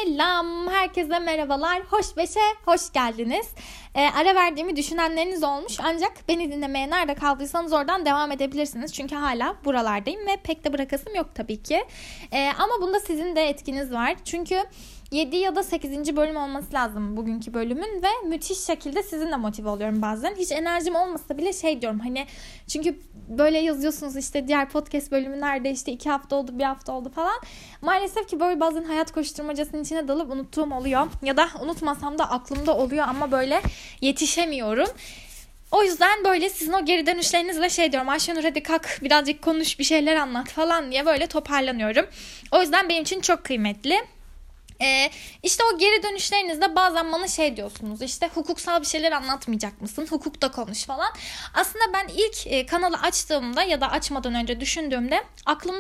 Selam, herkese merhabalar, hoş beşe hoş geldiniz. Ara verdiğimi düşünenleriniz olmuş ancak beni dinlemeye nerede kaldıysanız oradan devam edebilirsiniz. Çünkü hala buralardayım ve pek de bırakasım yok tabii ki. Ama bunda sizin de etkiniz var. Çünkü 7 ya da 8. bölüm olması lazım bugünkü bölümün ve müthiş şekilde sizinle motive oluyorum bazen. Hiç enerjim olmasa bile diyorum çünkü böyle yazıyorsunuz işte diğer podcast bölümü nerede 2 hafta oldu 1 hafta oldu falan. Maalesef ki böyle bazen hayat koşturmacasının içine dalıp unuttuğum oluyor ya da unutmasam da aklımda oluyor ama böyle yetişemiyorum. O yüzden böyle sizin o geri dönüşlerinizle diyorum Ayşenur hadi kalk birazcık konuş bir şeyler anlat falan diye böyle toparlanıyorum. O yüzden benim için çok kıymetli. İşte o geri dönüşlerinizde bazen bana diyorsunuz hukuksal bir şeyler anlatmayacak mısın? Hukukta konuş falan. Aslında ben ilk kanalı açtığımda ya da açmadan önce düşündüğümde aklımda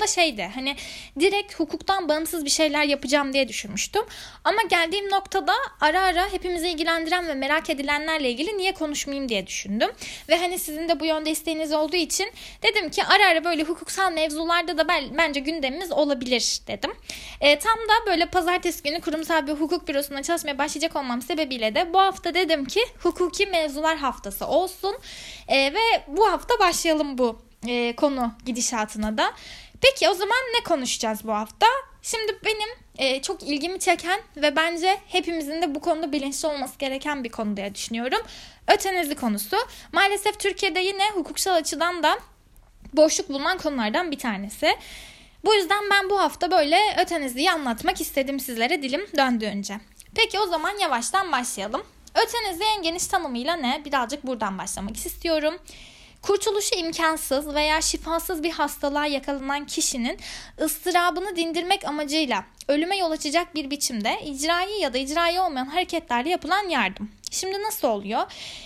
direkt hukuktan bağımsız bir şeyler yapacağım diye düşünmüştüm. Ama geldiğim noktada ara ara hepimizi ilgilendiren ve merak edilenlerle ilgili niye konuşmayayım diye düşündüm. Ve sizin de bu yönde isteğiniz olduğu için dedim ki ara ara böyle hukuksal mevzularda da bence gündemimiz olabilir dedim. Tam da böyle pazartesi günü kurumsal bir hukuk bürosunda çalışmaya başlayacak olmam sebebiyle de bu hafta dedim ki hukuki mevzular haftası olsun ve bu hafta başlayalım bu konu gidişatına da. Peki o zaman ne konuşacağız bu hafta? Şimdi benim çok ilgimi çeken ve bence hepimizin de bu konuda bilinçli olması gereken bir konu diye düşünüyorum. Ötenazi konusu. Maalesef Türkiye'de yine hukuksal açıdan da boşluk bulunan konulardan bir tanesi. Bu yüzden ben bu hafta böyle ötenaziyi anlatmak istedim sizlere dilim döndüğünce. Peki o zaman yavaştan başlayalım. Ötenazi en geniş tanımıyla ne? Birazcık buradan başlamak istiyorum. Kurtuluşu imkansız veya şifasız bir hastalığa yakalanan kişinin ıstırabını dindirmek amacıyla ölüme yol açacak bir biçimde icrai ya da icrai olmayan hareketlerle yapılan yardım. Şimdi nasıl oluyor?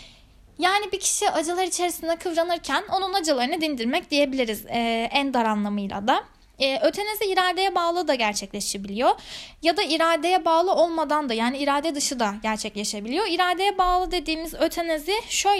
Yani bir kişi acılar içerisinde kıvranırken onun acılarını dindirmek diyebiliriz en dar anlamıyla da. Ötenazi iradeye bağlı da gerçekleşebiliyor ya da iradeye bağlı olmadan da yani irade dışı da gerçekleşebiliyor. İradeye bağlı dediğimiz ötenazi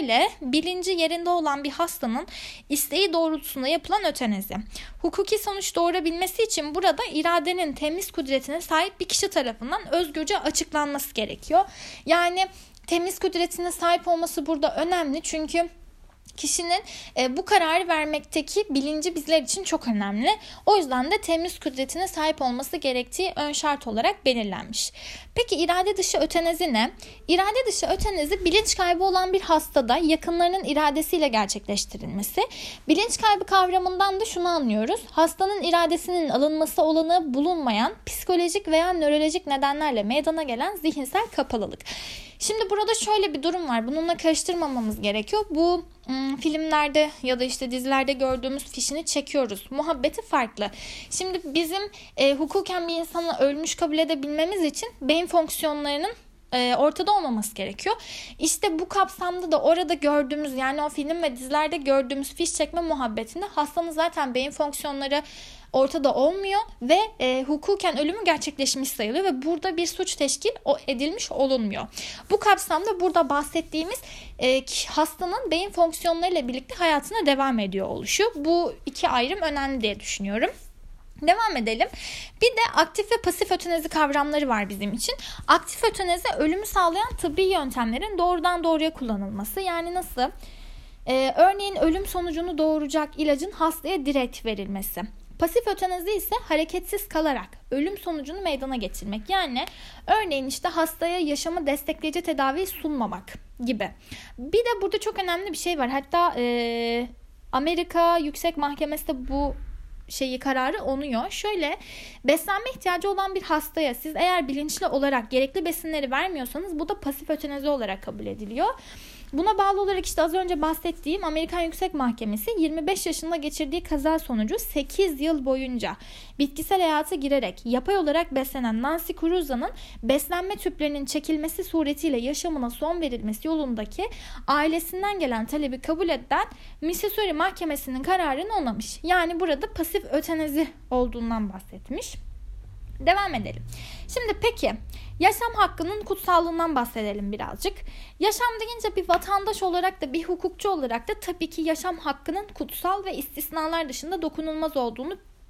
bilinci yerinde olan bir hastanın isteği doğrultusunda yapılan ötenazi. Hukuki sonuç doğurabilmesi için burada iradenin temiz kudretine sahip bir kişi tarafından özgürce açıklanması gerekiyor. Yani temiz kudretine sahip olması burada önemli çünkü kişinin bu kararı vermekteki bilinci bizler için çok önemli. O yüzden de temiz kudretine sahip olması gerektiği ön şart olarak belirlenmiş. Peki irade dışı ötenazi ne? İrade dışı ötenazi bilinç kaybı olan bir hastada yakınlarının iradesiyle gerçekleştirilmesi. Bilinç kaybı kavramından da şunu anlıyoruz. Hastanın iradesinin alınması olanağı bulunmayan psikolojik veya nörolojik nedenlerle meydana gelen zihinsel kapalılık. Şimdi burada şöyle bir durum var. Bununla karıştırmamamız gerekiyor. Bu filmlerde ya da dizilerde gördüğümüz fişini çekiyoruz. Muhabbeti farklı. Şimdi bizim hukuken bir insanı ölmüş kabul edebilmemiz için beyin fonksiyonlarının ortada olmaması gerekiyor. İşte bu kapsamda da orada gördüğümüz yani o film ve dizilerde gördüğümüz fiş çekme muhabbetinde hastanın zaten beyin fonksiyonları ortada olmuyor ve hukuken ölümü gerçekleşmiş sayılıyor ve burada bir suç teşkil edilmiş olunmuyor. Bu kapsamda burada bahsettiğimiz hastanın beyin fonksiyonlarıyla birlikte hayatına devam ediyor oluşu. Bu iki ayrım önemli diye düşünüyorum. Devam edelim. Bir de aktif ve pasif ötenazi kavramları var bizim için. Aktif ötenazi ölümü sağlayan tıbbi yöntemlerin doğrudan doğruya kullanılması. Yani nasıl? Örneğin ölüm sonucunu doğuracak ilacın hastaya direkt verilmesi. Pasif ötenazi ise hareketsiz kalarak ölüm sonucunu meydana getirmek. Yani örneğin hastaya yaşamı destekleyici tedavi sunmamak gibi. Bir de burada çok önemli bir şey var. Hatta Amerika Yüksek Mahkemesi de bu kararı onuyor. Beslenme ihtiyacı olan bir hastaya siz eğer bilinçli olarak gerekli besinleri vermiyorsanız bu da pasif ötenazi olarak kabul ediliyor. Buna bağlı olarak az önce bahsettiğim Amerikan Yüksek Mahkemesi 25 yaşında geçirdiği kaza sonucu 8 yıl boyunca bitkisel hayata girerek yapay olarak beslenen Nancy Cruza'nın beslenme tüplerinin çekilmesi suretiyle yaşamına son verilmesi yolundaki ailesinden gelen talebi kabul eden Missouri Mahkemesi'nin kararını onamış. Yani burada pasif ötenazi olduğundan bahsetmiş. Devam edelim. Şimdi peki yaşam hakkının kutsallığından bahsedelim birazcık. Yaşam deyince bir vatandaş olarak da bir hukukçu olarak da tabii ki yaşam hakkının kutsal ve istisnalar dışında dokunulmaz olduğunu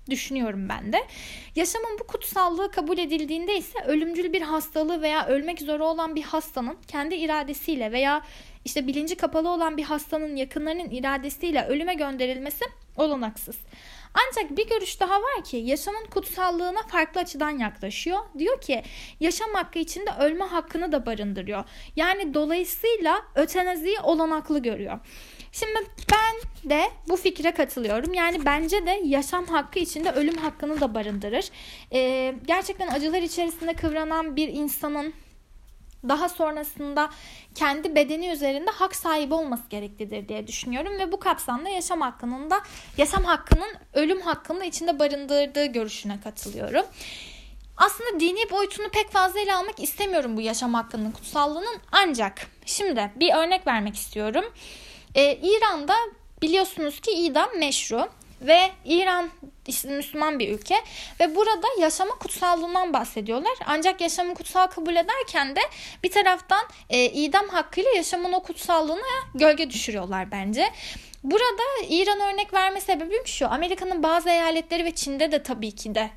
düşünüyorum ben de. Yaşamın bu kutsallığı kabul edildiğinde ise ölümcül bir hastalığı veya ölmek üzere olan bir hastanın kendi iradesiyle veya işte bilinci kapalı olan bir hastanın yakınlarının iradesiyle ölüme gönderilmesi olanaksız. Ancak bir görüş daha var ki yaşamın kutsallığına farklı açıdan yaklaşıyor. Diyor ki yaşam hakkı içinde ölme hakkını da barındırıyor. Yani dolayısıyla ötenaziyi olanaklı görüyor. Şimdi ben de bu fikre katılıyorum. Yani bence de yaşam hakkı içinde ölüm hakkını da barındırır. Gerçekten acılar içerisinde kıvranan bir insanın daha sonrasında kendi bedeni üzerinde hak sahibi olması gereklidir diye düşünüyorum ve bu kapsamda yaşam hakkının ölüm hakkını da içinde barındırdığı görüşüne katılıyorum. Aslında dini boyutunu pek fazla ele almak istemiyorum bu yaşam hakkının kutsallığının, ancak şimdi bir örnek vermek istiyorum. İran'da biliyorsunuz ki idam meşru ve İran Müslüman bir ülke ve burada yaşamın kutsallığından bahsediyorlar. Ancak yaşamın kutsal kabul ederken de bir taraftan idam hakkıyla yaşamın o kutsallığına gölge düşürüyorlar bence. Burada İran örnek verme sebebim şu: Amerika'nın bazı eyaletleri ve Çin'de de tabii ki de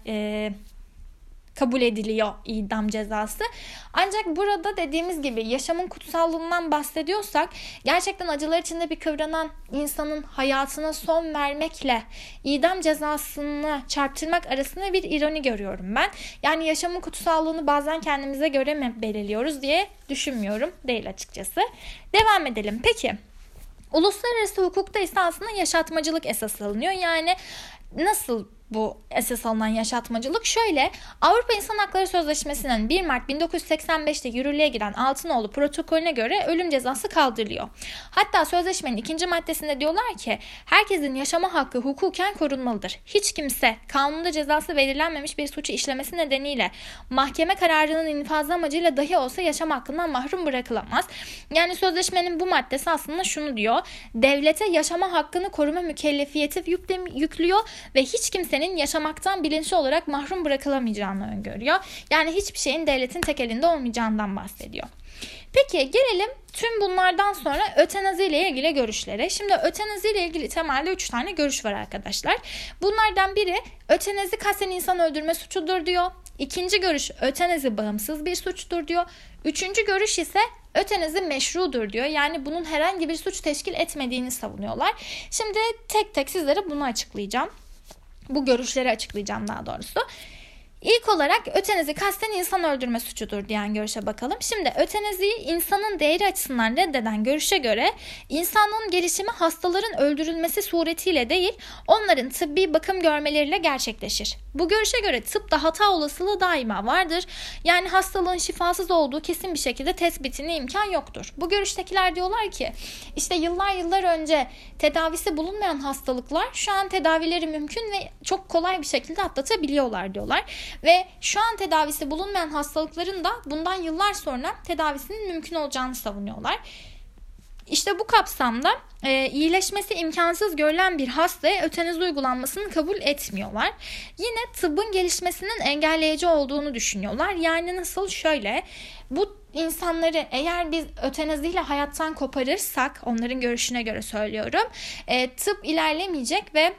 kabul ediliyor idam cezası. Ancak burada dediğimiz gibi yaşamın kutsallığından bahsediyorsak gerçekten acılar içinde bir kıvranan insanın hayatına son vermekle idam cezasını çarptırmak arasında bir ironi görüyorum ben. Yani yaşamın kutsallığını bazen kendimize göre mi belirliyoruz diye düşünmüyorum, değil açıkçası. Devam edelim. Peki uluslararası hukukta ise aslında yaşatmacılık esas alınıyor. Yani nasıl bu esas alınan yaşatmacılık? Şöyle, Avrupa İnsan Hakları Sözleşmesi'nin 1 Mart 1985'te yürürlüğe giren Altınoğlu protokolüne göre ölüm cezası kaldırılıyor. Hatta sözleşmenin 2. maddesinde diyorlar ki herkesin yaşama hakkı hukuken korunmalıdır. Hiç kimse kanunda cezası belirlenmemiş bir suçu işlemesi nedeniyle mahkeme kararının infazı amacıyla dahi olsa yaşam hakkından mahrum bırakılamaz. Yani sözleşmenin bu maddesi aslında şunu diyor: devlete yaşama hakkını koruma mükellefiyeti yüklüyor ve hiç kimsenin yaşamaktan bilinçli olarak mahrum bırakılamayacağını öngörüyor. Yani hiçbir şeyin devletin tek elinde olmayacağından bahsediyor. Peki gelelim tüm bunlardan sonra ötenazi ile ilgili görüşlere. Şimdi ötenazi ile ilgili temelde 3 tane görüş var arkadaşlar. Bunlardan biri ötenazi kasten insan öldürme suçudur diyor. İkinci görüş ötenazi bağımsız bir suçtur diyor. Üçüncü görüş ise ötenazi meşrudur diyor. Yani bunun herhangi bir suç teşkil etmediğini savunuyorlar. Şimdi tek tek sizlere bunu açıklayacağım. Bu görüşleri açıklayacağım daha doğrusu. İlk olarak ötenazi kasten insan öldürme suçudur diyen görüşe bakalım. Şimdi ötenaziyi insanın değeri açısından reddeden görüşe göre insanlığın gelişimi hastaların öldürülmesi suretiyle değil, onların tıbbi bakım görmeleriyle gerçekleşir. Bu görüşe göre tıpta hata olasılığı daima vardır. Yani hastalığın şifasız olduğu kesin bir şekilde tespitine imkan yoktur. Bu görüştekiler diyorlar ki işte yıllar önce tedavisi bulunmayan hastalıklar şu an tedavileri mümkün ve çok kolay bir şekilde atlatabiliyorlar diyorlar. Ve şu an tedavisi bulunmayan hastalıkların da bundan yıllar sonra tedavisinin mümkün olacağını savunuyorlar. İşte bu kapsamda iyileşmesi imkansız görülen bir hastaya ötenazi uygulanmasını kabul etmiyorlar. Yine tıbbın gelişmesinin engelleyici olduğunu düşünüyorlar. Yani nasıl? Şöyle, bu insanları eğer biz ötenaziyle hayattan koparırsak, onların görüşüne göre söylüyorum, tıp ilerlemeyecek ve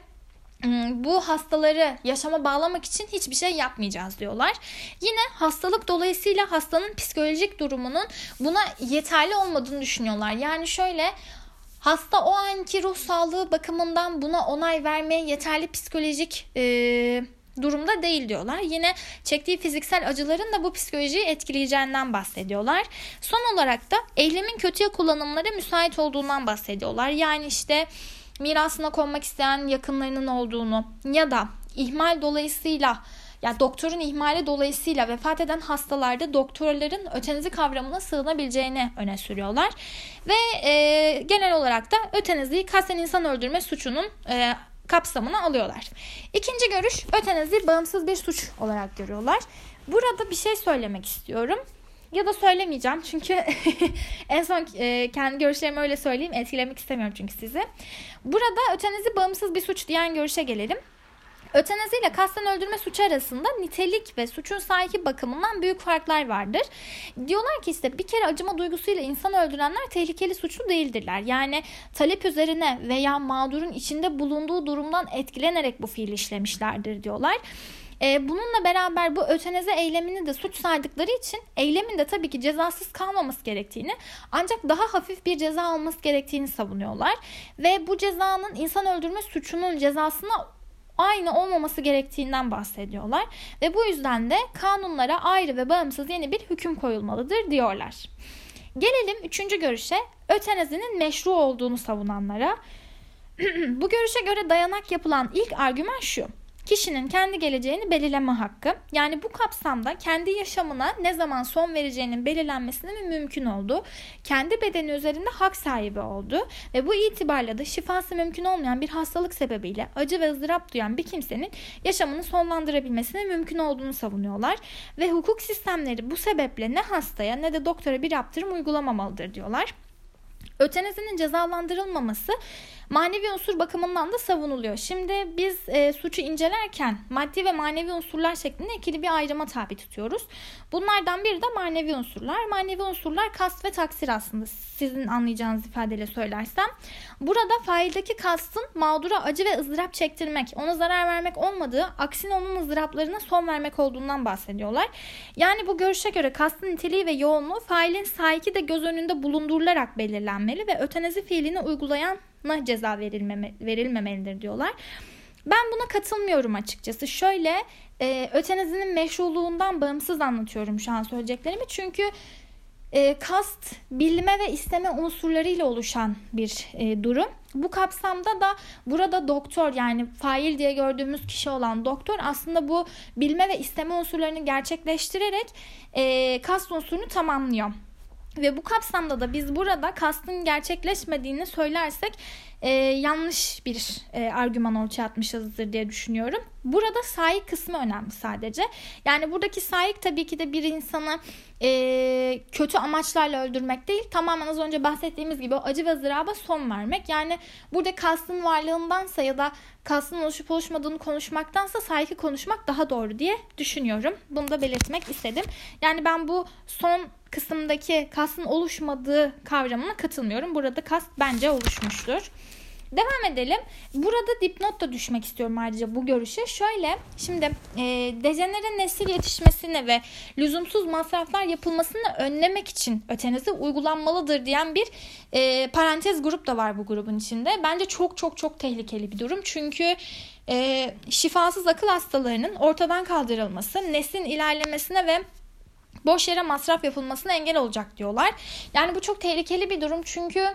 bu hastaları yaşama bağlamak için hiçbir şey yapmayacağız diyorlar. Yine hastalık dolayısıyla hastanın psikolojik durumunun buna yeterli olmadığını düşünüyorlar. Yani şöyle, hasta o anki ruh sağlığı bakımından buna onay vermeye yeterli psikolojik durumda değil diyorlar. Yine çektiği fiziksel acıların da bu psikolojiyi etkileyeceğinden bahsediyorlar. Son olarak da eylemin kötüye kullanımlara müsait olduğundan bahsediyorlar. Yani işte mirasına konmak isteyen yakınlarının olduğunu ya da ihmal dolayısıyla, yani doktorun ihmali dolayısıyla vefat eden hastalarda doktorların ötenazi kavramına sığınabileceğini öne sürüyorlar. Ve genel olarak da ötenaziyi kasten insan öldürme suçunun kapsamına alıyorlar. İkinci görüş, ötenazi bağımsız bir suç olarak görüyorlar. Burada bir şey söylemek istiyorum. Ya da söylemeyeceğim çünkü en son kendi görüşlerimi öyle söyleyeyim, etkilemek istemiyorum çünkü sizi. Burada ötenazi bağımsız bir suç diyen görüşe gelelim. Ötenazi ile kasten öldürme suçu arasında nitelik ve suçun sahibi bakımından büyük farklar vardır. Diyorlar ki işte bir kere acıma duygusuyla insan öldürenler tehlikeli suçlu değildirler. Yani talep üzerine veya mağdurun içinde bulunduğu durumdan etkilenerek bu fiili işlemişlerdir diyorlar. Bununla beraber bu ötenazi eylemini de suç saydıkları için eylemin de tabii ki cezasız kalmaması gerektiğini, ancak daha hafif bir ceza alması gerektiğini savunuyorlar. Ve bu cezanın insan öldürme suçunun cezasına aynı olmaması gerektiğinden bahsediyorlar. Ve bu yüzden de kanunlara ayrı ve bağımsız yeni bir hüküm koyulmalıdır diyorlar. Gelelim 3. görüşe, ötenazinin meşru olduğunu savunanlara. Bu görüşe göre dayanak yapılan ilk argüman şu: kişinin kendi geleceğini belirleme hakkı. Yani bu kapsamda kendi yaşamına ne zaman son vereceğinin belirlenmesinin mümkün olduğu, kendi bedeni üzerinde hak sahibi olduğu ve bu itibarla da şifası mümkün olmayan bir hastalık sebebiyle acı ve ızdırap duyan bir kimsenin yaşamını sonlandırabilmesinin mümkün olduğunu savunuyorlar. Ve hukuk sistemleri bu sebeple ne hastaya ne de doktora bir yaptırım uygulamamalıdır diyorlar. Ötenazinin cezalandırılmaması manevi unsur bakımından da savunuluyor. Şimdi biz suçu incelerken maddi ve manevi unsurlar şeklinde ikili bir ayrıma tabi tutuyoruz. Bunlardan biri de manevi unsurlar. Manevi unsurlar kast ve taksir aslında, sizin anlayacağınız ifadeyle söylersem. Burada faildeki kastın mağdura acı ve ızdırap çektirmek, ona zarar vermek olmadığı, aksine onun ızdıraplarına son vermek olduğundan bahsediyorlar. Yani bu görüşe göre kastın niteliği ve yoğunluğu failin sahiki de göz önünde bulundurularak belirlenmeli ve ötenazi fiilini uygulayan ceza verilmemelidir diyorlar. Ben buna katılmıyorum açıkçası. Şöyle, ötenazinin meşruluğundan bağımsız anlatıyorum şu an söyleyeceklerimi. Çünkü kast, bilme ve isteme unsurlarıyla oluşan bir durum. Bu kapsamda da burada doktor, yani fail diye gördüğümüz kişi olan doktor aslında bu bilme ve isteme unsurlarını gerçekleştirerek kast unsurunu tamamlıyor. Ve bu kapsamda da biz burada kastın gerçekleşmediğini söylersek yanlış bir argüman ortaya atmışızdır diye düşünüyorum. Burada saik kısmı önemli sadece. Yani buradaki saik tabii ki de bir insanı kötü amaçlarla öldürmek değil, tamamen az önce bahsettiğimiz gibi o acı ve ızdıraba son vermek. Yani burada kastın varlığındansa ya da kastın oluşup oluşmadığını konuşmaktansa saiki konuşmak daha doğru diye düşünüyorum. Bunu da belirtmek istedim. Yani ben bu son kısımdaki kastın oluşmadığı kavramına katılmıyorum. Burada kast bence oluşmuştur. Devam edelim. Burada dipnot da düşmek istiyorum ayrıca bu görüşe. Şöyle, şimdi dejenere nesil yetişmesine ve lüzumsuz masraflar yapılmasını önlemek için ötenazi uygulanmalıdır diyen bir parantez grup da var bu grubun içinde. Bence çok çok çok tehlikeli bir durum. Çünkü şifasız akıl hastalarının ortadan kaldırılması, neslin ilerlemesine ve boş yere masraf yapılmasına engel olacak diyorlar. Yani bu çok tehlikeli bir durum çünkü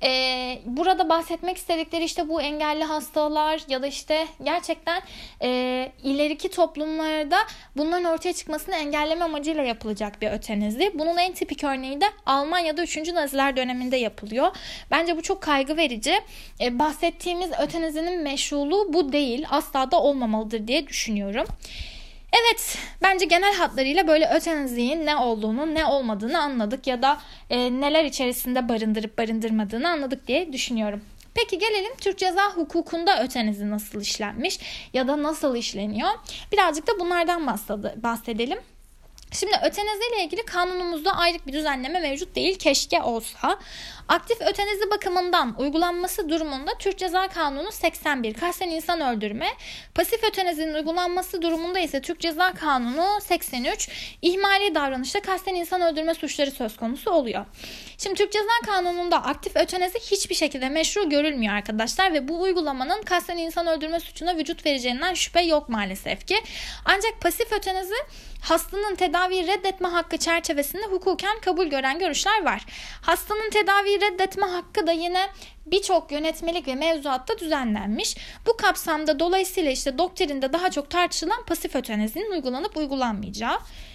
burada bahsetmek istedikleri işte bu engelli hastalar ya da işte gerçekten ileriki toplumlarda bunların ortaya çıkmasını engelleme amacıyla yapılacak bir ötenazi. Bunun en tipik örneği de Almanya'da 3. Naziler döneminde yapılıyor. Bence bu çok kaygı verici. Bahsettiğimiz ötenazinin meşruluğu bu değil. Asla da olmamalıdır diye düşünüyorum. Evet, bence genel hatlarıyla böyle ötenazinin ne olduğunu, ne olmadığını anladık ya da neler içerisinde barındırıp barındırmadığını anladık diye düşünüyorum. Peki gelelim Türk Ceza Hukuku'nda ötenazi nasıl işlenmiş ya da nasıl işleniyor? Birazcık da bunlardan bahsedelim. Şimdi ötenazi ile ilgili kanunumuzda ayrık bir düzenleme mevcut değil, keşke olsa. Aktif ötenazi bakımından uygulanması durumunda Türk Ceza Kanunu 81 kasten insan öldürme, pasif ötenazinin uygulanması durumunda ise Türk Ceza Kanunu 83 ihmali davranışta kasten insan öldürme suçları söz konusu oluyor. Şimdi Türk Ceza Kanunu'nda aktif ötenazi hiçbir şekilde meşru görülmüyor arkadaşlar ve bu uygulamanın kasten insan öldürme suçuna vücut vereceğinden şüphe yok maalesef ki. Ancak pasif ötenazi hastanın tedaviyi reddetme hakkı çerçevesinde hukuken kabul gören görüşler var. Hastanın tedaviyi reddetme hakkı da yine birçok yönetmelik ve mevzuatta düzenlenmiş. Bu kapsamda dolayısıyla işte doktrinde daha çok tartışılan pasif ötenazinin uygulanıp uygulanmayacağı.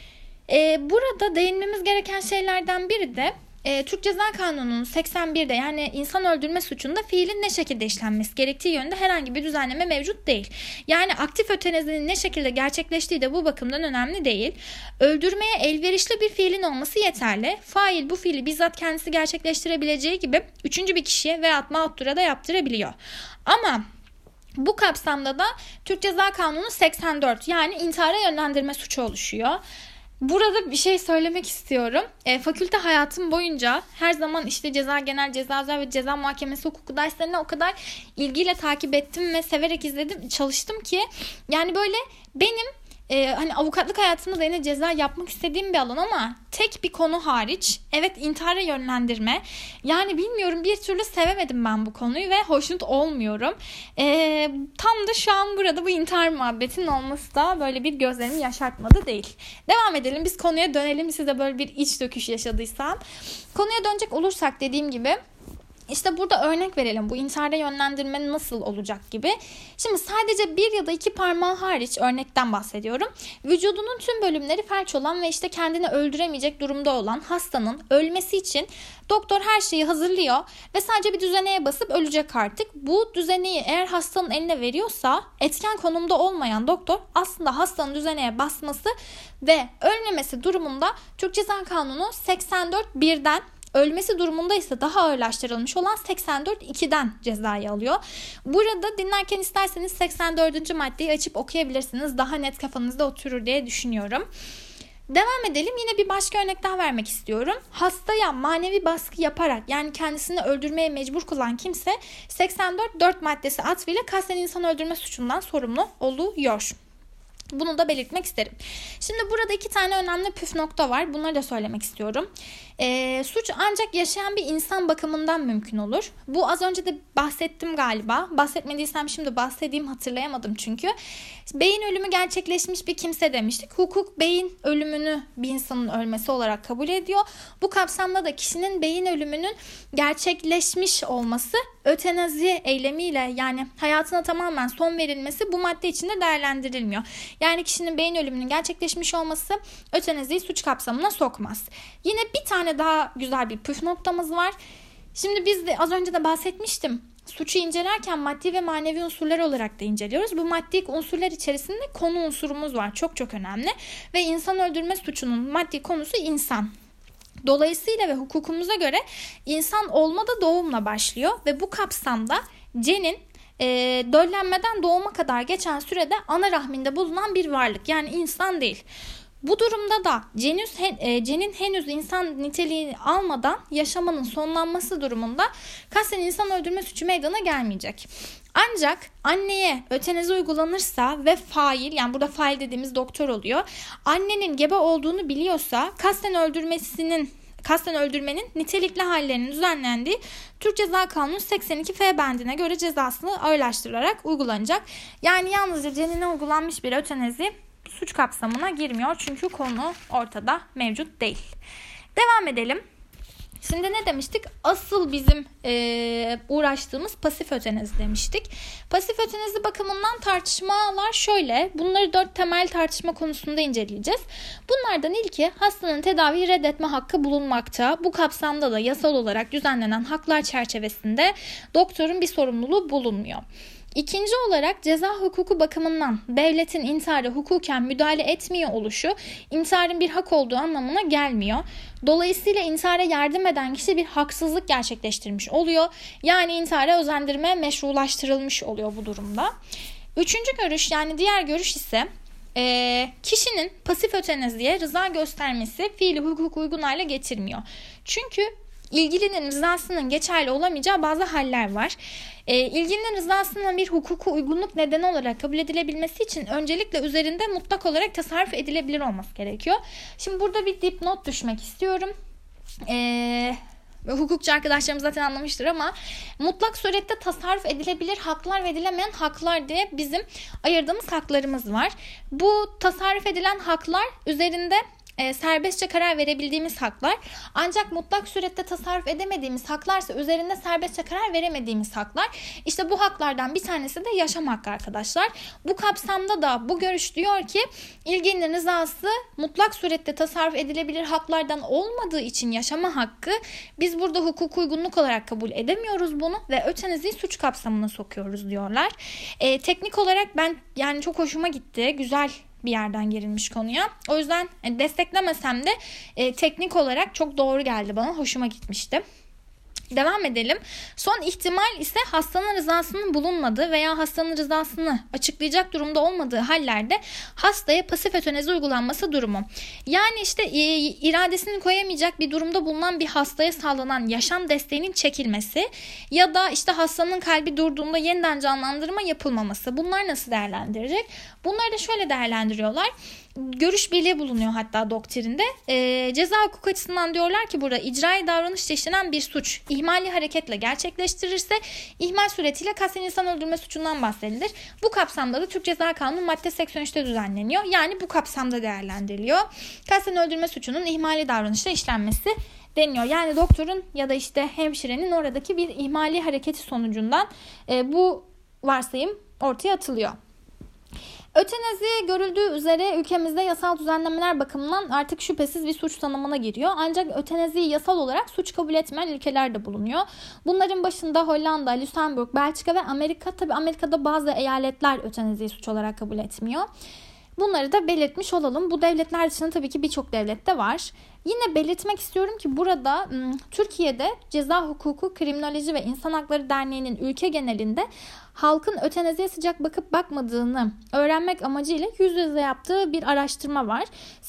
Burada değinmemiz gereken şeylerden biri de Türk Ceza Kanunu'nun 81'de yani insan öldürme suçunda fiilin ne şekilde işlenmesi gerektiği yönünde herhangi bir düzenleme mevcut değil. Yani aktif ötenazinin ne şekilde gerçekleştiği de bu bakımdan önemli değil. Öldürmeye elverişli bir fiilin olması yeterli. Fail bu fiili bizzat kendisi gerçekleştirebileceği gibi üçüncü bir kişiye veyahut mağdura da yaptırabiliyor. Ama Bu kapsamda da Türk Ceza Kanunu 84 yani intihara yönlendirme suçu oluşuyor. Burada bir şey söylemek istiyorum. Fakülte hayatım boyunca her zaman işte ceza, genel ceza, özel ve ceza muhakemesi hukuku derslerini o kadar ilgiyle takip ettim ve severek izledim, çalıştım ki yani böyle benim hani avukatlık hayatımda da yine ceza yapmak istediğim bir alan ama tek bir konu hariç, evet, intihara yönlendirme. Yani bilmiyorum, bir türlü sevemedim ben bu konuyu ve hoşnut olmuyorum. Tam da şu an burada bu intihar muhabbetinin olması da böyle bir gözlerimi yaşartmadı değil. Devam edelim, biz konuya dönelim, size böyle bir iç döküş yaşadıysam. Konuya dönecek olursak dediğim gibi İşte burada örnek verelim, bu intihara yönlendirme nasıl olacak gibi. Şimdi sadece bir ya da iki parmağı hariç örnekten bahsediyorum. Vücudunun tüm bölümleri felç olan ve işte kendini öldüremeyecek durumda olan hastanın ölmesi için doktor her şeyi hazırlıyor ve sadece bir düzeneye basıp ölecek artık. Bu düzeneyi eğer hastanın eline veriyorsa etken konumda olmayan doktor aslında hastanın düzeneye basması ve ölmemesi durumunda Türk Ceza Kanunu 84.1'den, ölmesi durumunda ise daha ağırlaştırılmış olan 84.2'den cezayı alıyor. Burada dinlerken isterseniz 84. maddeyi açıp okuyabilirsiniz. Daha net kafanızda oturur diye düşünüyorum. Devam edelim. Yine bir başka örnek daha vermek istiyorum. Hastaya manevi baskı yaparak yani kendisini öldürmeye mecbur kılan kimse 84.4 maddesi atfıyla kasten insan öldürme suçundan sorumlu oluyor. Bunu da belirtmek isterim. Şimdi burada iki tane önemli püf nokta var. Bunları da söylemek istiyorum. Suç ancak yaşayan bir insan bakımından mümkün olur. Bu az önce de bahsettim galiba. Bahsetmediysem şimdi bahsedeyim, hatırlayamadım çünkü. Beyin ölümü gerçekleşmiş bir kimse demiştik. Hukuk beyin ölümünü bir insanın ölmesi olarak kabul ediyor. Bu kapsamda da kişinin beyin ölümünün gerçekleşmiş olması ötenazi eylemiyle yani hayatına tamamen son verilmesi bu madde içinde değerlendirilmiyor. Yani kişinin beyin ölümünün gerçekleşmiş olması ötenaziyi suç kapsamına sokmaz. Yine bir tane daha güzel bir püf noktamız var. Şimdi biz de az önce de bahsetmiştim. Suçu incelerken maddi ve manevi unsurlar olarak da inceliyoruz. Bu maddi unsurlar içerisinde konu unsurumuz var. Çok çok önemli. Ve insan öldürme suçunun maddi konusu insan. Dolayısıyla ve hukukumuza göre insan olma da doğumla başlıyor. Ve bu kapsamda cenin döllenmeden doğuma kadar geçen sürede ana rahminde bulunan bir varlık. Yani insan değil. Bu durumda da cenin henüz insan niteliğini almadan yaşamanın sonlanması durumunda kasten insan öldürme suçu meydana gelmeyecek. Ancak anneye ötenazi uygulanırsa ve fail, yani burada fail dediğimiz doktor oluyor, annenin gebe olduğunu biliyorsa kasten öldürmenin nitelikli hallerinin düzenlendiği Türk Ceza Kanunu 82F bendine göre cezasını ağırlaştırılarak uygulanacak. Yani yalnızca cenine uygulanmış bir ötenazi suç kapsamına girmiyor çünkü konu ortada mevcut değil. Devam edelim. Şimdi ne demiştik? Asıl bizim uğraştığımız pasif ötenazi demiştik. Pasif ötenazi bakımından tartışmalar şöyle. Bunları 4 temel tartışma konusunda inceleyeceğiz. Bunlardan ilki hastanın tedaviyi reddetme hakkı bulunmakta. Bu kapsamda da yasal olarak düzenlenen haklar çerçevesinde doktorun bir sorumluluğu bulunmuyor. İkinci olarak ceza hukuku bakımından devletin intihara hukuken müdahale etmiyor oluşu intiharın bir hak olduğu anlamına gelmiyor. Dolayısıyla intihara yardım eden kişi bir haksızlık gerçekleştirmiş oluyor. Yani intihara özendirme meşrulaştırılmış oluyor bu durumda. Üçüncü görüş, yani diğer görüş ise kişinin pasif ötenaziye rıza göstermesi fiili hukuk uygun hale getirmiyor. Çünkü ilgilinin rızasının geçerli olamayacağı bazı haller var. İlgilinin rızasının bir hukuku uygunluk nedeni olarak kabul edilebilmesi için öncelikle üzerinde mutlak olarak tasarruf edilebilir olması gerekiyor. Şimdi burada bir dipnot düşmek istiyorum. Hukukçu arkadaşlarım zaten anlamıştır ama mutlak surette tasarruf edilebilir haklar ve edilemeyen haklar diye bizim ayırdığımız haklarımız var. Bu tasarruf edilen haklar üzerinde serbestçe karar verebildiğimiz haklar, ancak mutlak surette tasarruf edemediğimiz haklarsa üzerinde serbestçe karar veremediğimiz haklar. İşte bu haklardan bir tanesi de yaşam hakkı arkadaşlar. Bu kapsamda da bu görüş diyor ki ilginin rızası mutlak surette tasarruf edilebilir haklardan olmadığı için yaşama hakkı, biz burada hukuk uygunluk olarak kabul edemiyoruz bunu ve ötenaziyi suç kapsamına sokuyoruz diyorlar. Teknik olarak ben yani çok hoşuma gitti. Güzel bir yerden girilmiş konuya. O yüzden desteklemesem de teknik olarak çok doğru geldi bana. Hoşuma gitmişti. Devam edelim. Son ihtimal ise hastanın rızasının bulunmadığı veya hastanın rızasını açıklayacak durumda olmadığı hallerde hastaya pasif ötenazi uygulanması durumu. Yani işte iradesini koyamayacak bir durumda bulunan bir hastaya sağlanan yaşam desteğinin çekilmesi ya da işte hastanın kalbi durduğunda yeniden canlandırma yapılmaması. Bunlar nasıl değerlendirecek? Bunları da şöyle değerlendiriyorlar. Görüş birliği bulunuyor hatta doktrinde. Ceza hukuk açısından diyorlar ki burada icrai davranışla işlenen bir suç ihmali hareketle gerçekleştirirse ihmal suretiyle kasten insan öldürme suçundan bahsedilir. Bu kapsamda da Türk Ceza Kanunu madde 83'te düzenleniyor. Yani bu kapsamda değerlendiriliyor. Kasten öldürme suçunun ihmali davranışla işlenmesi deniyor. Yani doktorun ya da işte hemşirenin oradaki bir ihmali hareketi sonucundan bu varsayım ortaya atılıyor. Ötenazi görüldüğü üzere ülkemizde yasal düzenlemeler bakımından artık şüphesiz bir suç tanımına giriyor. Ancak ötenaziyi yasal olarak suç kabul etmeyen ülkeler de bulunuyor. Bunların başında Hollanda, Lüksemburg, Belçika ve Amerika. Tabii Amerika'da bazı eyaletler ötenaziyi suç olarak kabul etmiyor. Bunları da belirtmiş olalım. Bu devletler dışında tabii ki birçok devlet de var. Yine belirtmek istiyorum ki burada Türkiye'de Ceza Hukuku, Kriminoloji ve İnsan Hakları Derneği'nin ülke genelinde halkın ötenaziye sıcak bakıp bakmadığını öğrenmek amacıyla yüz yüze yaptığı bir araştırma var.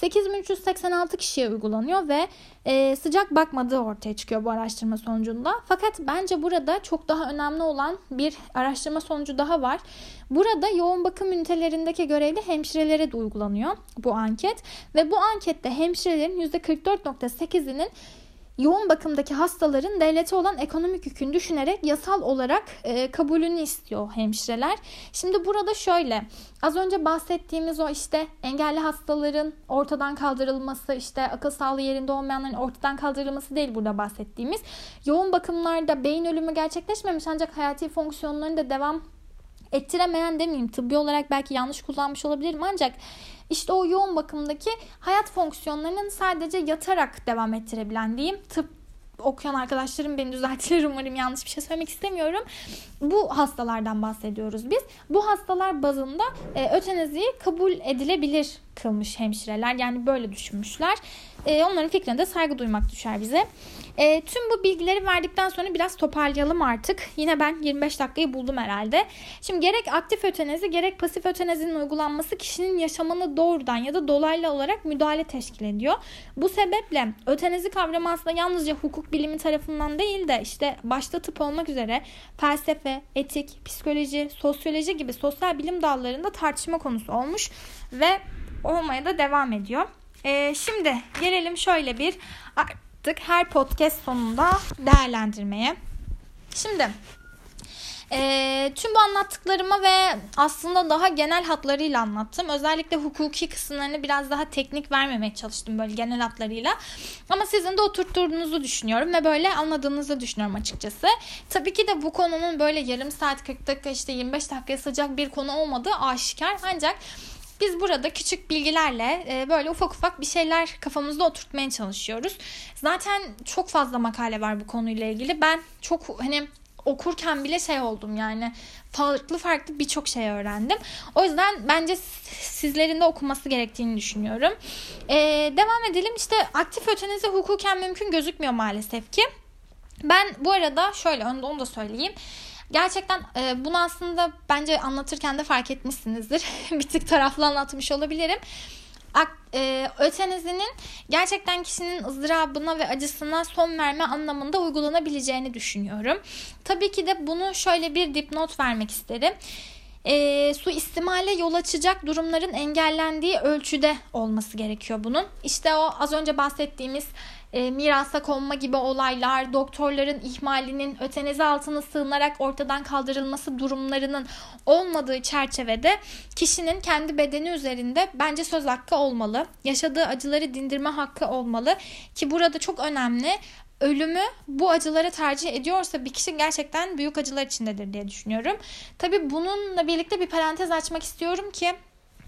8.386 kişiye uygulanıyor ve sıcak bakmadığı ortaya çıkıyor bu araştırma sonucunda. Fakat bence burada çok daha önemli olan bir araştırma sonucu daha var. Burada yoğun bakım ünitelerindeki görevli hemşirelere de uygulanıyor bu anket ve bu ankette hemşirelerin %44.8'inin yoğun bakımdaki hastaların devlete olan ekonomik yükünü düşünerek yasal olarak kabulünü istiyor hemşireler. Şimdi burada şöyle, az önce bahsettiğimiz o işte engelli hastaların ortadan kaldırılması, işte akıl sağlığı yerinde olmayanların ortadan kaldırılması değil burada bahsettiğimiz. Yoğun bakımlarda beyin ölümü gerçekleşmemiş ancak hayati fonksiyonlarını da devam ettiremeyen demeyeyim, tıbbi olarak belki yanlış kullanmış olabilirim ancak işte o yoğun bakımdaki hayat fonksiyonlarının sadece yatarak devam ettirebilen diyeyim. Tıp okuyan arkadaşlarım beni düzeltir, umarım yanlış bir şey söylemek istemiyorum. Bu hastalardan bahsediyoruz biz. Bu hastalar bazında ötenaziyi kabul edilebilir kılmış hemşireler. Yani böyle düşünmüşler. Onların fikrine de saygı duymak düşer bize. Tüm bu bilgileri verdikten sonra biraz toparlayalım artık. Yine ben 25 dakikayı buldum herhalde. Şimdi gerek aktif ötenazi gerek pasif ötenazinin uygulanması kişinin yaşamını doğrudan ya da dolaylı olarak müdahale teşkil ediyor. Bu sebeple ötenazi kavramı aslında yalnızca hukuk bilimi tarafından değil de işte başta tıp olmak üzere felsefe, etik, psikoloji, sosyoloji gibi sosyal bilim dallarında tartışma konusu olmuş ve olmaya da devam ediyor. Şimdi gelelim şöyle bir artık her podcast sonunda değerlendirmeye. Şimdi tüm bu anlattıklarımı ve aslında daha genel hatlarıyla anlattım. Özellikle hukuki kısımlarını biraz daha teknik vermemeye çalıştım böyle genel hatlarıyla. Ama sizin de oturttuğunuzu düşünüyorum ve böyle anladığınızı düşünüyorum açıkçası. Tabii ki de bu konunun böyle yarım saat 40 dakika işte 25 dakikaya sığacak bir konu olmadığı aşikar. Ancak biz burada küçük bilgilerle böyle ufak ufak bir şeyler kafamızda oturtmaya çalışıyoruz. Zaten çok fazla makale var bu konuyla ilgili. Ben çok okurken bile oldum yani farklı birçok şey öğrendim. O yüzden bence sizlerin de okuması gerektiğini düşünüyorum. Devam edelim. İşte aktif ötenazi hukuken mümkün gözükmüyor maalesef ki. Ben bu arada şöyle onu da söyleyeyim. Gerçekten bunu aslında bence anlatırken de fark etmişsinizdir. Bir tık taraflı anlatmış olabilirim. Ötenazinin gerçekten kişinin ızdırabına ve acısına son verme anlamında uygulanabileceğini düşünüyorum. Tabii ki de bunu şöyle bir dipnot vermek isterim. Suistimale yol açacak durumların engellendiği ölçüde olması gerekiyor bunun. İşte o az önce bahsettiğimiz mirasa konma gibi olaylar, doktorların ihmalinin ötenazi altına sığınarak ortadan kaldırılması durumlarının olmadığı çerçevede kişinin kendi bedeni üzerinde bence söz hakkı olmalı. Yaşadığı acıları dindirme hakkı olmalı ki burada çok önemli. Ölümü bu acılara tercih ediyorsa bir kişi gerçekten büyük acılar içindedir diye düşünüyorum. Tabii bununla birlikte bir parantez açmak istiyorum ki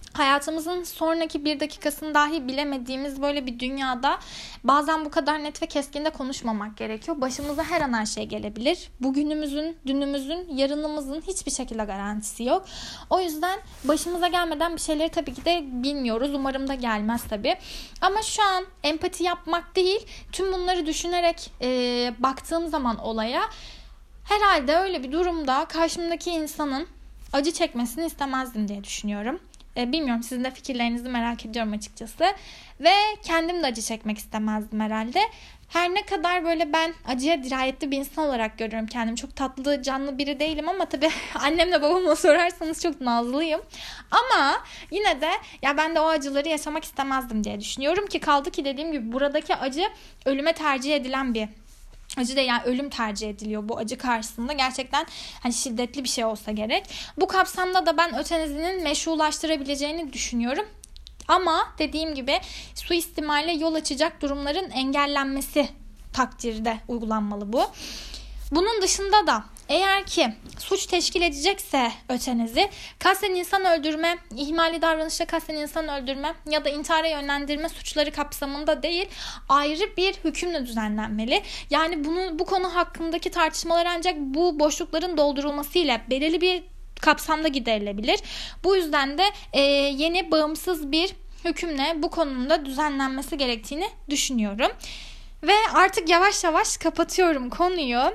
hayatımızın sonraki bir dakikasını dahi bilemediğimiz böyle bir dünyada bazen bu kadar net ve keskin de konuşmamak gerekiyor. Başımıza her an her şey gelebilir. Bugünümüzün, dünümüzün, yarınımızın hiçbir şekilde garantisi yok. O yüzden başımıza gelmeden bir şeyleri tabii ki de bilmiyoruz. Umarım da gelmez tabii. Ama şu an empati yapmak değil, tüm bunları düşünerek baktığım zaman olaya, herhalde öyle bir durumda karşımdaki insanın acı çekmesini istemezdim diye düşünüyorum. Bilmiyorum, sizin de fikirlerinizi merak ediyorum açıkçası. Ve kendim de acı çekmek istemezdim herhalde. Her ne kadar böyle ben acıya dirayetli bir insan olarak görüyorum kendimi. Çok tatlı, canlı biri değilim ama tabii annemle babama sorarsanız çok nazlıyım. Ama yine de ya ben de o acıları yaşamak istemezdim diye düşünüyorum ki kaldı ki dediğim gibi buradaki acı ölüme tercih edilen bir acı da, yani ölüm tercih ediliyor bu acı karşısında. Gerçekten hani şiddetli bir şey olsa gerek. Bu kapsamda da ben ötenazinin meşrulaştırabileceğini düşünüyorum. Ama dediğim gibi suistimale yol açacak durumların engellenmesi takdirde uygulanmalı bu. Bunun dışında da eğer ki suç teşkil edecekse ötenazi, kasten insan öldürme, ihmali davranışla kasten insan öldürme ya da intihara yönlendirme suçları kapsamında değil, ayrı bir hükümle düzenlenmeli. Yani bu konu hakkındaki tartışmalar ancak bu boşlukların doldurulmasıyla belirli bir kapsamda giderilebilir. Bu yüzden de yeni bağımsız bir hükümle bu konunun da düzenlenmesi gerektiğini düşünüyorum. Ve artık yavaş yavaş kapatıyorum konuyu.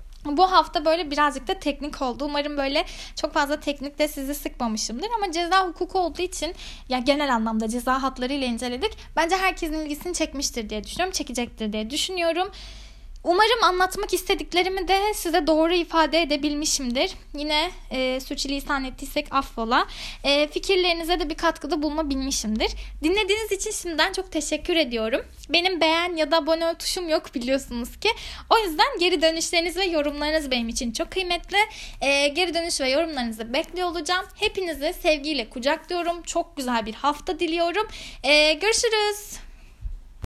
Bu hafta böyle birazcık da teknik oldu. Umarım böyle çok fazla teknikle sizi sıkmamışımdır. Ama ceza hukuku olduğu için ya genel anlamda ceza hatlarıyla inceledik. Bence herkesin ilgisini çekmiştir diye düşünüyorum. Çekecektir diye düşünüyorum. Umarım anlatmak istediklerimi de size doğru ifade edebilmişimdir. Yine sürçülisan ettiysek affola. Fikirlerinize de bir katkıda bulunabilmişimdir. Dinlediğiniz için şimdiden çok teşekkür ediyorum. Benim beğen ya da abone ol tuşum yok biliyorsunuz ki. O yüzden geri dönüşleriniz ve yorumlarınız benim için çok kıymetli. Geri dönüş ve yorumlarınızı bekliyor olacağım. Hepinizi sevgiyle kucaklıyorum. Çok güzel bir hafta diliyorum. Görüşürüz.